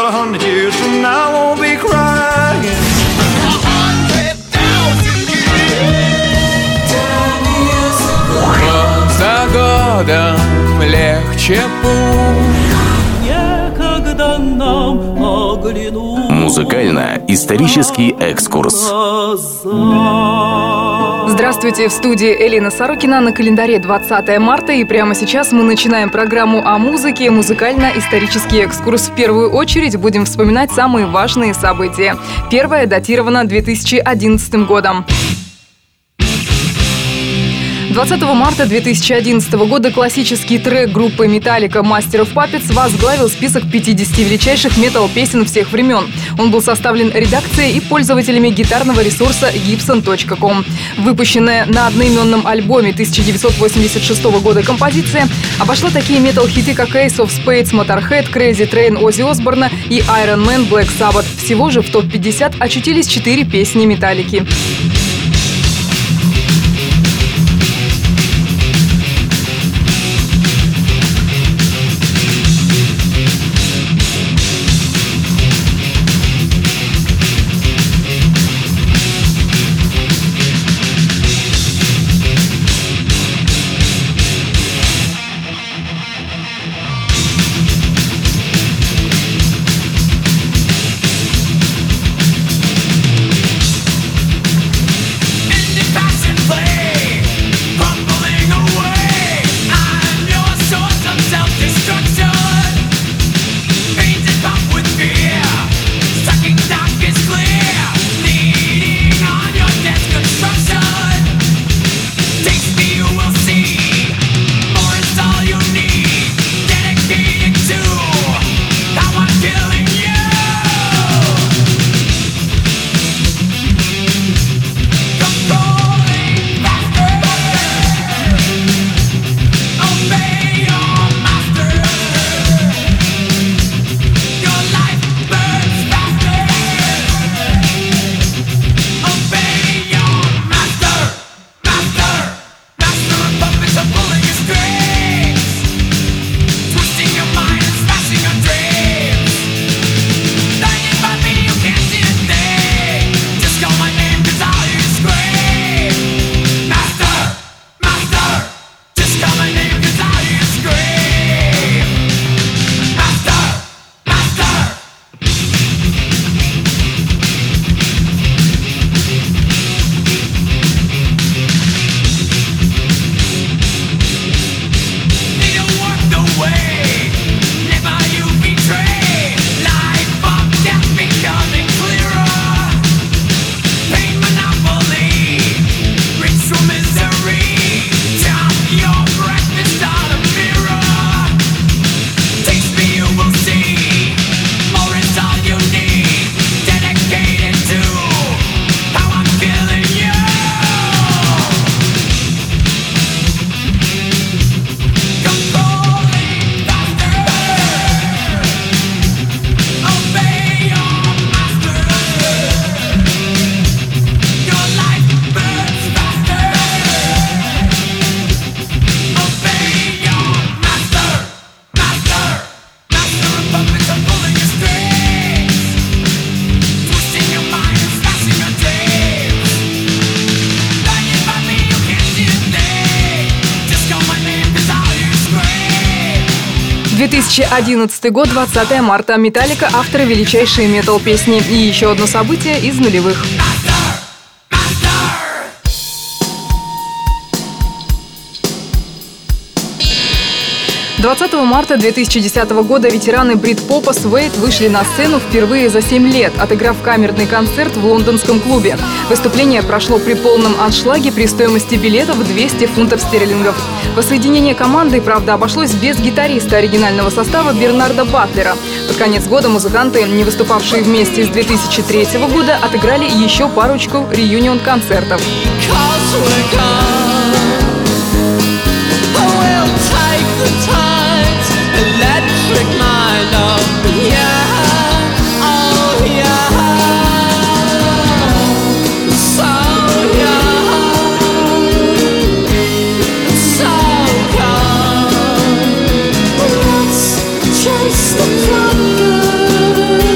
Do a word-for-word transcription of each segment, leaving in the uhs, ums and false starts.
a hundred years from now, I won't be crying. A hundred thousand years. Год за годом легче путь. Некогда нам оглянуть. Музыкально-исторический экскурс. Здравствуйте, в студии Элина Сорокина. На календаре двадцатое марта, и прямо сейчас мы начинаем программу о музыке, музыкально-исторический экскурс. В первую очередь будем вспоминать самые важные события. Первое датировано две тысячи одиннадцатым годом. двадцатого марта две тысячи одиннадцатого года классический трек группы Metallica «Master of Puppets» возглавил список пятидесяти величайших метал-песен всех времен. Он был составлен редакцией и пользователями гитарного ресурса гибсон точка ком. Выпущенная на одноименном альбоме тысяча девятьсот восемьдесят шестого года композиция обошла такие метал-хиты, как Ace of Spades, Motorhead, Crazy Train Оззи Осборна и Iron Man Black Sabbath. Всего же в топ пятьдесят очутились четыре песни Металлики. две тысячи одиннадцатый год, двадцатое марта. Металлика — авторы величайшей метал-песни. И еще одно событие из нулевых. двадцатого марта две тысячи десятого года ветераны брит-попа Suede вышли на сцену впервые за семь лет, отыграв камерный концерт в лондонском клубе. Выступление прошло при полном аншлаге при стоимости билетов двести фунтов стерлингов. Воссоединение команды, правда, обошлось без гитариста оригинального состава Бернарда Батлера. Под конец года музыканты, не выступавшие вместе с две тысячи третьего года, отыграли еще парочку реюнион-концертов. Chase the thunder.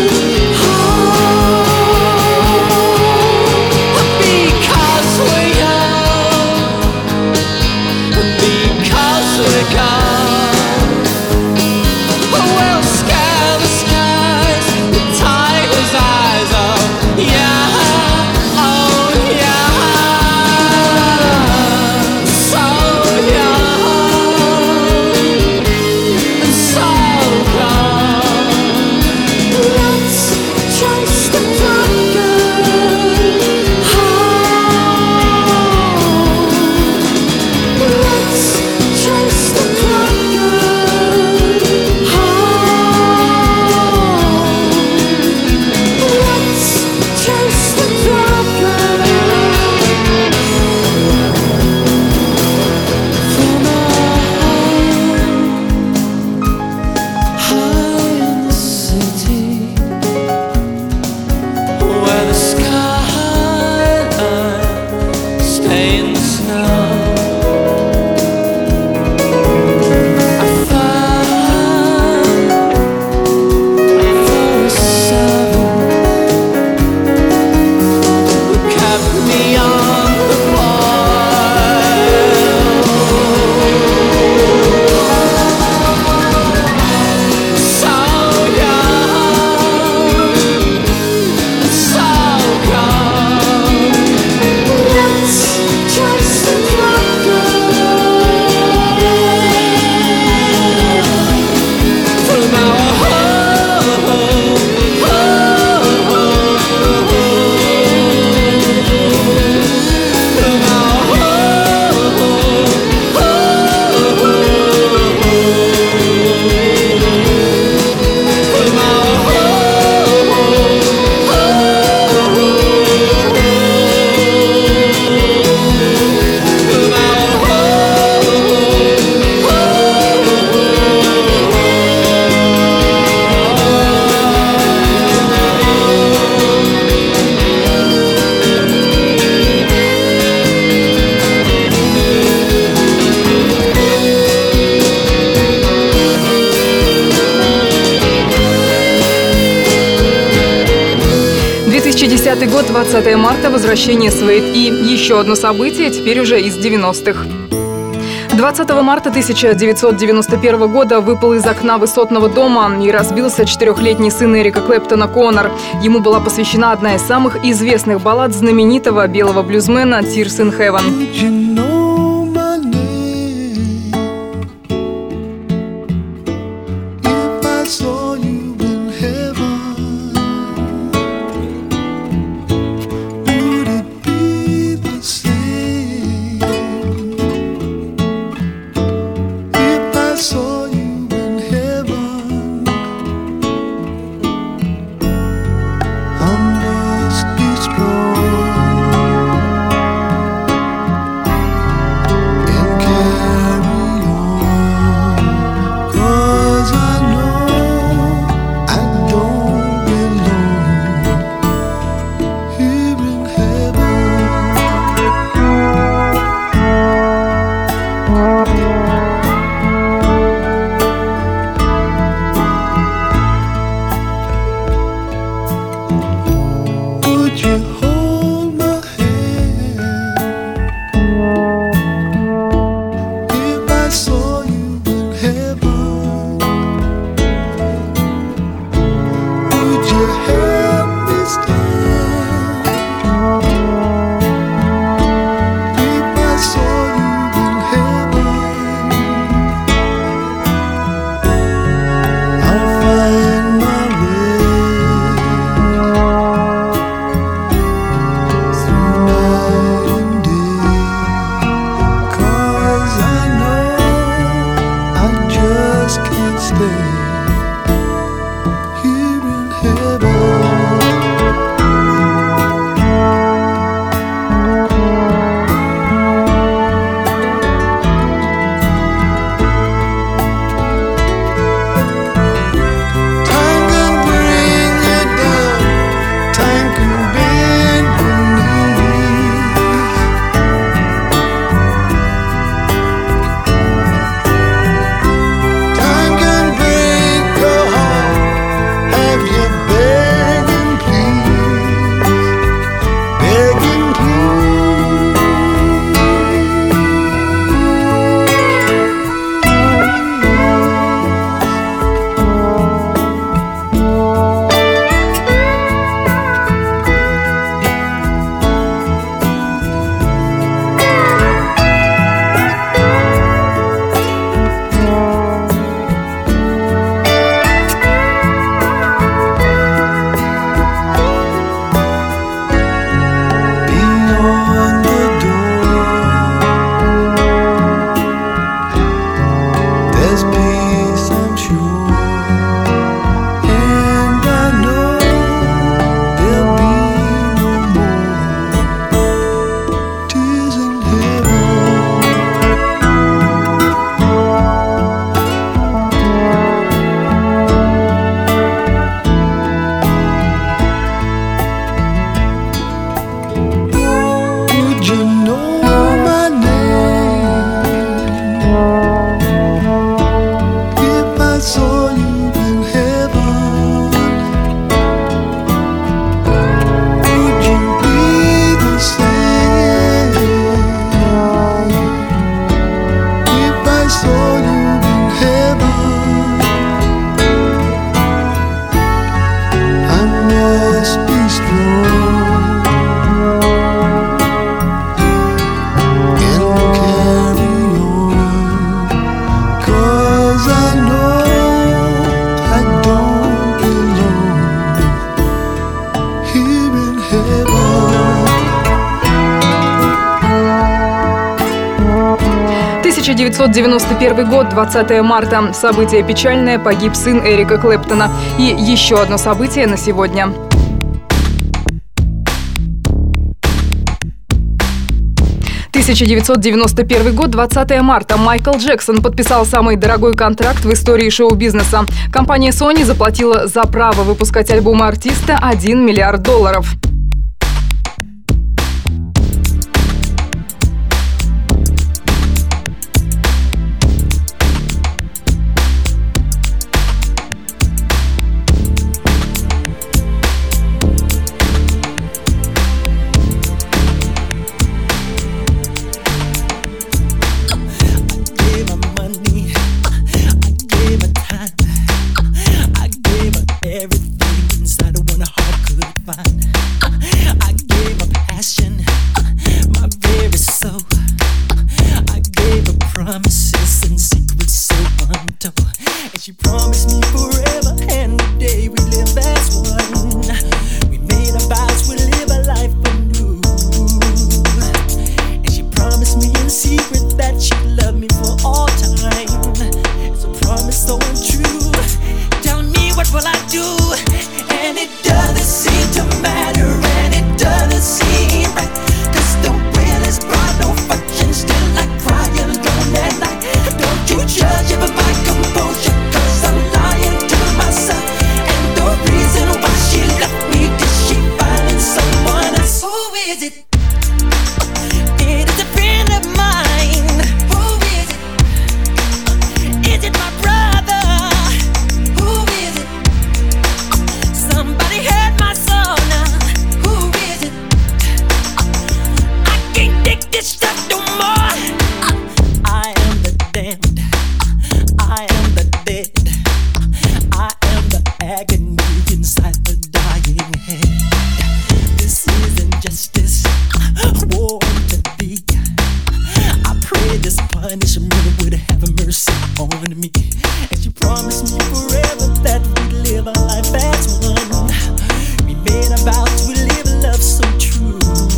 две тысячи десятый год, двадцатое марта, возвращение Суэйд и еще одно событие, теперь уже из девяностых. двадцатого марта тысяча девятьсот девяносто первого года выпал из окна высотного дома и разбился четырехлетний сын Эрика Клэптона Конор. Ему была посвящена одна из самых известных баллад знаменитого белого блюзмена «Tears in Heaven». тысяча девятьсот девяносто первый год, двадцатое марта. Событие печальное. Погиб сын Эрика Клэптона. И еще одно событие на сегодня. тысяча девятьсот девяносто первый год, двадцатое марта. Майкл Джексон подписал самый дорогой контракт в истории шоу-бизнеса. Компания Sony заплатила за право выпускать альбомы артиста один миллиард долларов. fine. I gave her passion, my very soul. I gave her promises and secrets so untold. And she promised me forever and the day we live as one. We made our vows, we live a life anew. And she promised me in secret that she'd love me for all time. It's a promise so untrue. Tell me, what will I do? And it doesn't seem to matter, and it doesn't seem right. Cause the will is brought no fortune, still I cry alone at night. Don't you judge it by my composure, cause I'm lying to myself. And the reason why she left me, did she find someone else? Who is it? It is a friend of mine. Who is it? Is it my brother? Who is it? Somebody hurt my soul now. Who is it? I can't take this stuff no more. I am the damned. I am the dead. I am the agony inside the dying head. This isn't justice. War to be. I pray this punishment would have mercy on me. And she promised me forever that we'd live our life as one. We made our vows, we live a love so true.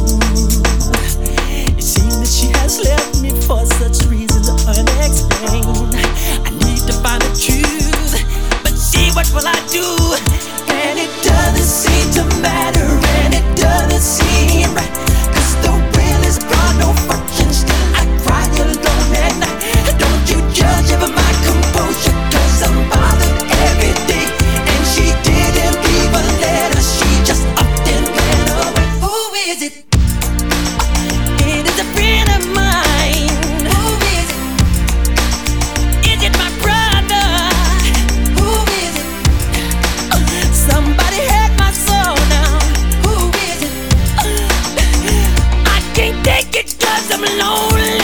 It seems that she has left me for such reasons unexplained. I need to find the truth, but see, what will I do? And it doesn't seem to matter, and it doesn't seem right. Cause the will is brought no fortune, still I cry alone at night. Don't you judge it by my composure, cause I'm bothered every day. And she didn't leave a letter, she just upped and ran away. Who is it? It is a friend of mine. Who is it? Is it my brother? Who is it? Somebody hurt my soul now. Who is it? I can't take it cause I'm lonely.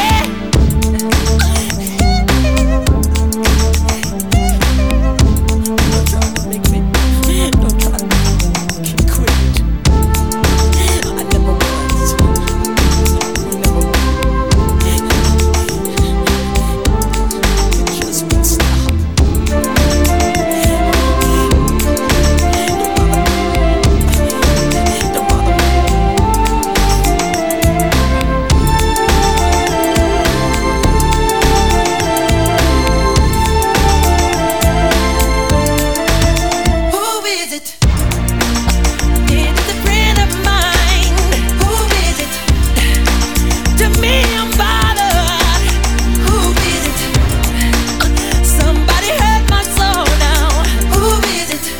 Don't try to make me, don't try to make me quit. I never was. I never was. It just won't stop. Don't bother me. Who is it? It is a friend of mine. Who is it? To me, I'm bothered. Who is it? Somebody hurt my soul now. Who is it?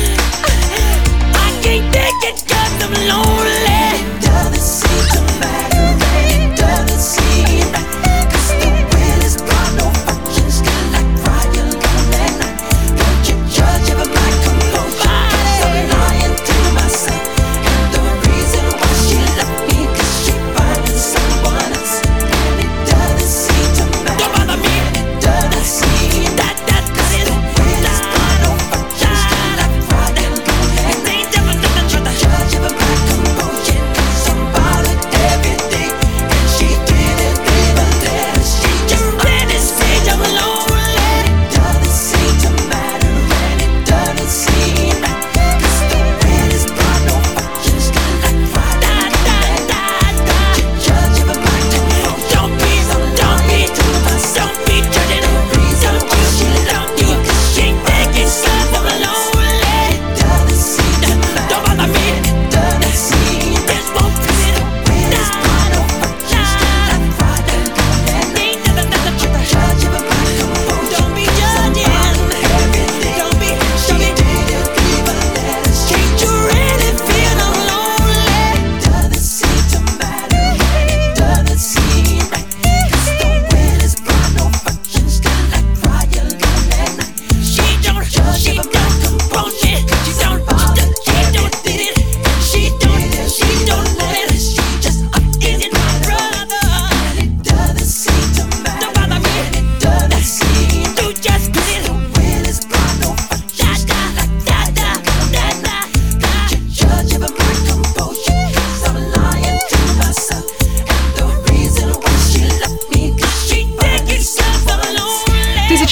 I can't take it cause I'm lonely. It doesn't seem to matter, and it doesn't seem right. Cause the will is brought no fortune, still I cry alone at night. Don't you judge it by my composure, cause I'm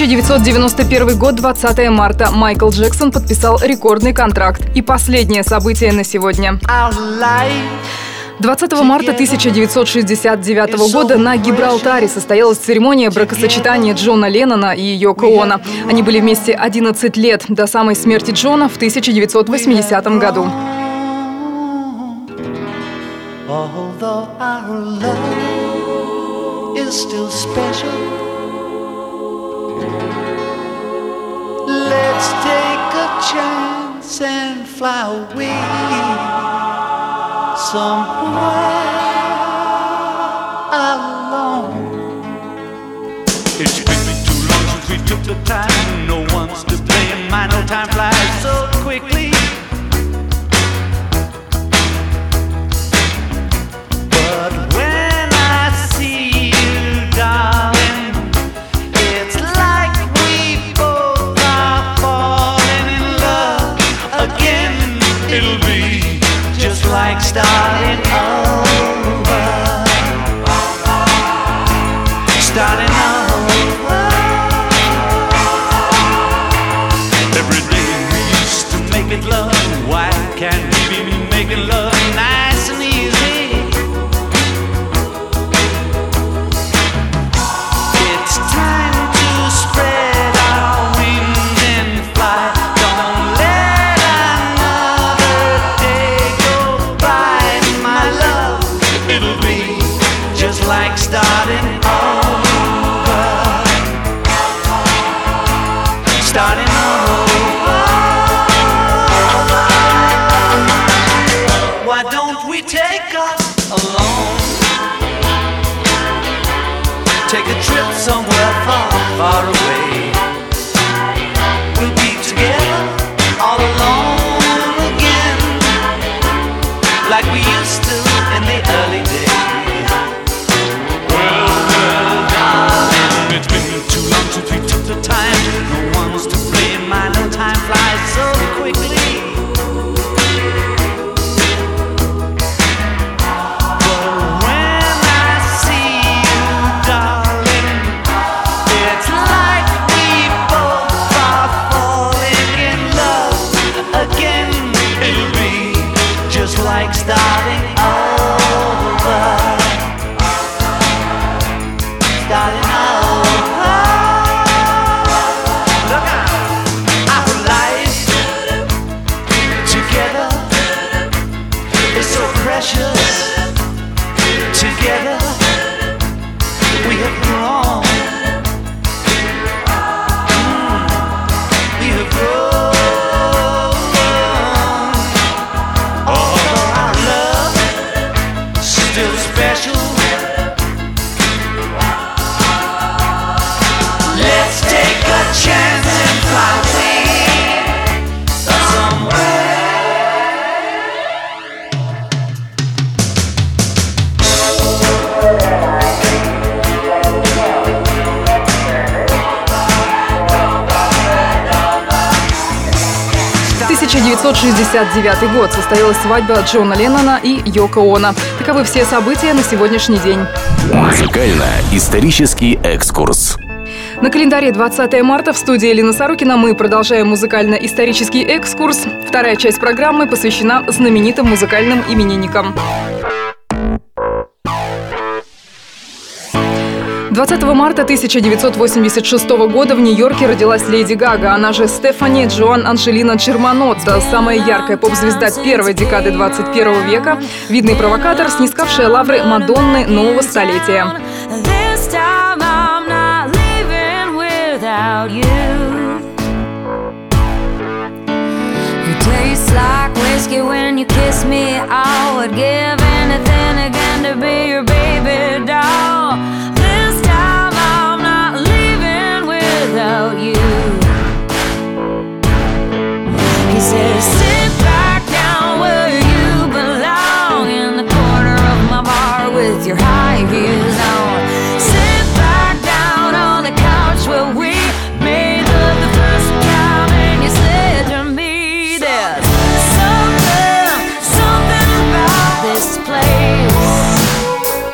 девятьсот девяносто первый год, двадцатое марта. Майкл Джексон подписал рекордный контракт. И последнее событие на сегодня. двадцатого марта тысяча девятьсот шестьдесят девятого года на Гибралтаре состоялась церемония бракосочетания Джона Леннона и Йоко Оно. Они были вместе одиннадцать лет, до самой смерти Джона в тысяча девятьсот восьмидесятом году. Although our love is still special, let's take a chance and fly away somewhere alone. It's been too long since we took the time. No one's to blame. I know time flies so quickly. Like starting over, starting over. Every day we used to make it love. Why can't we be making love nice and easy? It's time to spread our wings and fly. Don't let another day go by, my love. It'll be just like starting over, starting over. Why don't we take us alone? Take a trip somewhere far, far away. We'll be together all alone again, like we used to in the early days. Well, well, darling, it's been too long since we took the time. No one's to blame. I know time flies so quickly. Like starting over, starting over. Look out, our life together is so precious. Together we have grown. Mm, we have grown. Let's take a chance and fly away somewhere. тысяча девятьсот шестьдесят девятый год. Состоялась свадьба Джона Леннона и Йоко Оно. Таковы все события на сегодняшний день. Музыкально-исторический экскурс. На календаре двадцатое марта. В студии Елена Сорокина мы продолжаем музыкально-исторический экскурс. Вторая часть программы посвящена знаменитым музыкальным именинникам. двадцатого марта тысяча девятьсот восемьдесят шестого года в Нью-Йорке родилась Леди Гага, она же Стефани Джоан Анджелина Джерманотта, самая яркая поп-звезда первой декады двадцать первого века, видный провокатор, снискавшая лавры Мадонны нового столетия. Without you, he says, sit back down where you belong, in the corner of my bar with your high heels on. Sit back down on the couch where we made love the first time, and you said to me, there's something, something about this place.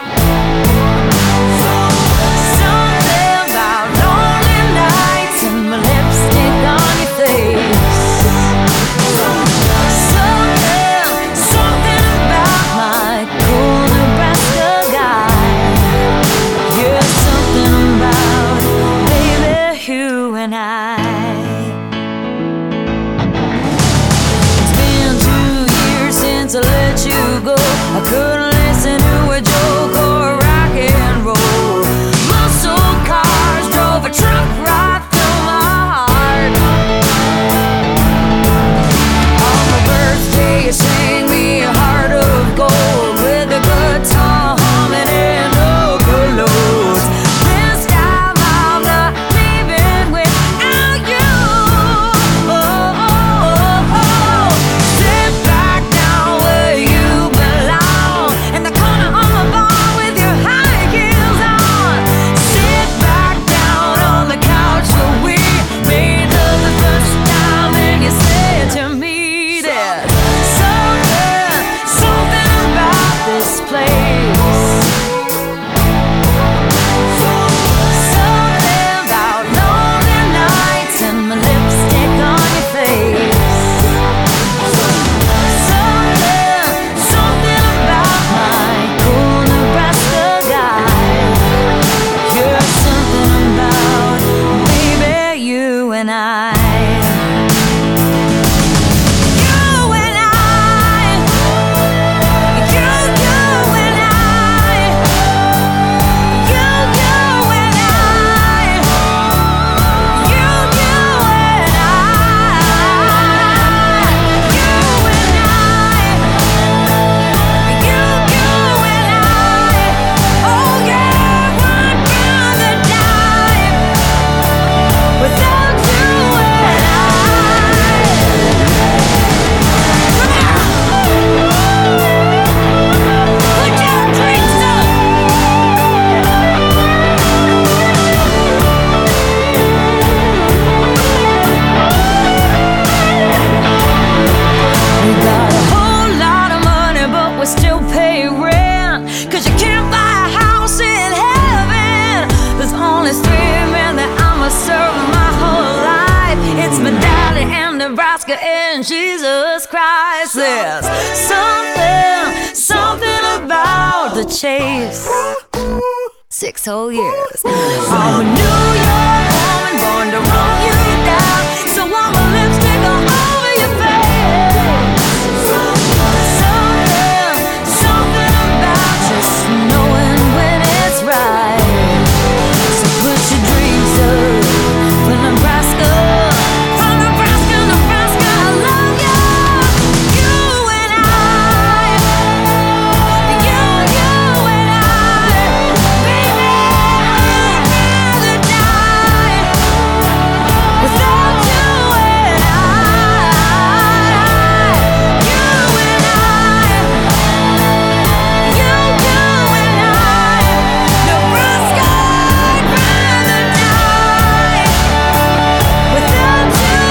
crisis. Something, something about the chase. Six whole years. I'm a New York woman born to run you down. So I'm a lipstick all over your face. Something, something about just knowing when it's right. So put your dreams up for Nebraska. For Nebraska, Nebraska, I love you. You and I. You, you and I. Baby, I'd rather die without you and I. You and I. You, you and I. Nebraska, I'd rather die without you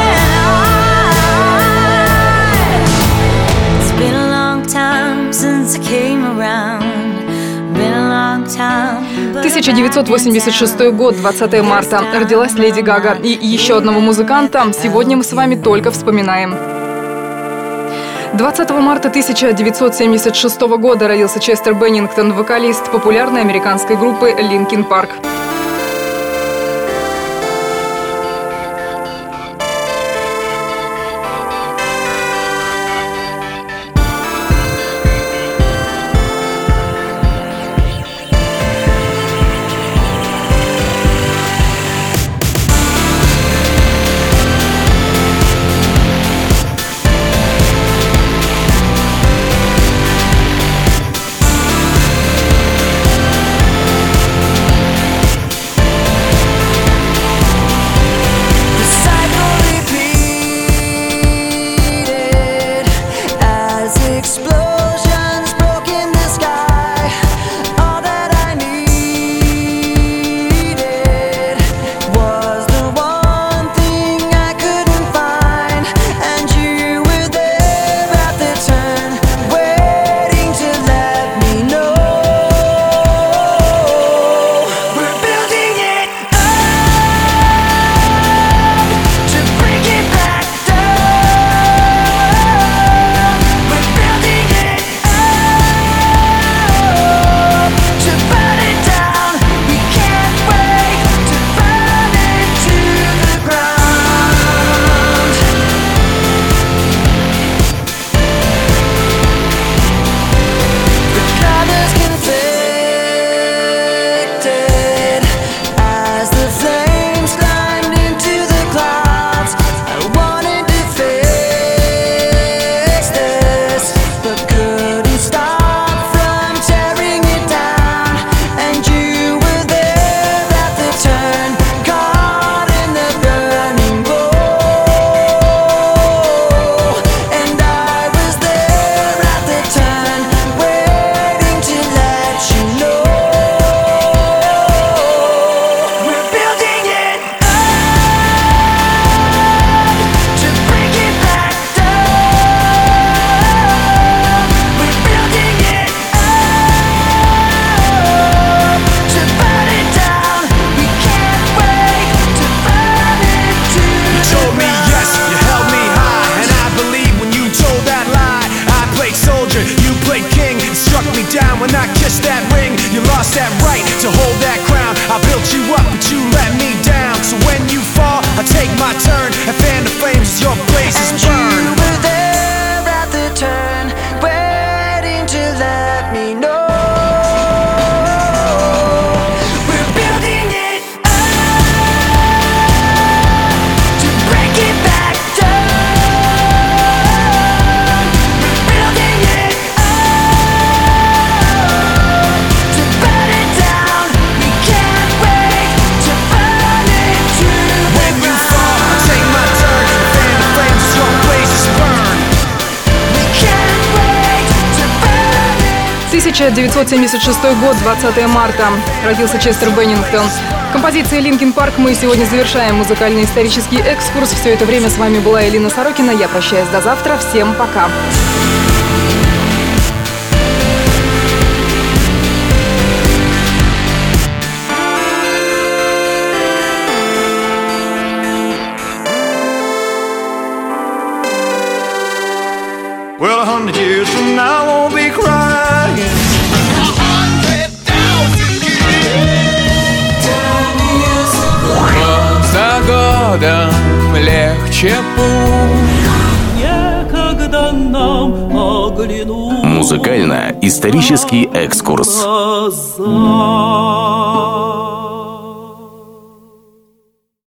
and I. It's been a long time since I came around. Been a long time. but тысяча девятьсот восемьдесят шестой год, двадцатое марта. Родилась Леди Гага. И еще одного музыканта сегодня мы с вами только вспоминаем. двадцатого марта тысяча девятьсот семьдесят шестого года родился Честер Беннингтон, вокалист популярной американской группы Linkin Park. The cycle repeated as explosions broke in the sky. All that I needed was the one thing I couldn't find, and you were there at the turn, waiting to let me know. We're building it up to bring it back down. We're building it up to burn it down. We can't wait to burn it to the ground. The colors conflicted as the flames climbed into the clouds. I wanted to fix this, but couldn't stop from tearing it down. And you were there at the turn, caught in the burning glow. And I was there at the turn, waiting to let you know. We're building it up to bring it back down. We're building it up to burn it down. We can't wait to burn it to You told me yes, you held me high, and I believe when you told that lie. I played soldier, you played king. It struck me down when I kissed that ring. You lost that right to hold that crown. I built you up, but you let me down. So when you fall, I take my turn and fan the flames as your blazes And burn. you were there at the turn, waiting to let me know. We're building it up to break it back down. We're building it up to burn it down. We can't wait to burn it to the When you ground. fall, I take my turn and fan the flames as your blazes burn. We can't wait to burn it. тысяча девятьсот семьдесят шестой год, двадцатое марта. Родился Честер Беннингтон. Композицией Linkin Park мы сегодня завершаем музыкальный исторический экскурс. Все это время с вами была Элина Сорокина. Я прощаюсь до завтра. Всем пока. Well, a hundred years from now I won't be crying. A hundred thousand years. Год за годом легче путь. Некогда нам оглянуть. Музыкально-исторический экскурс. Глаза.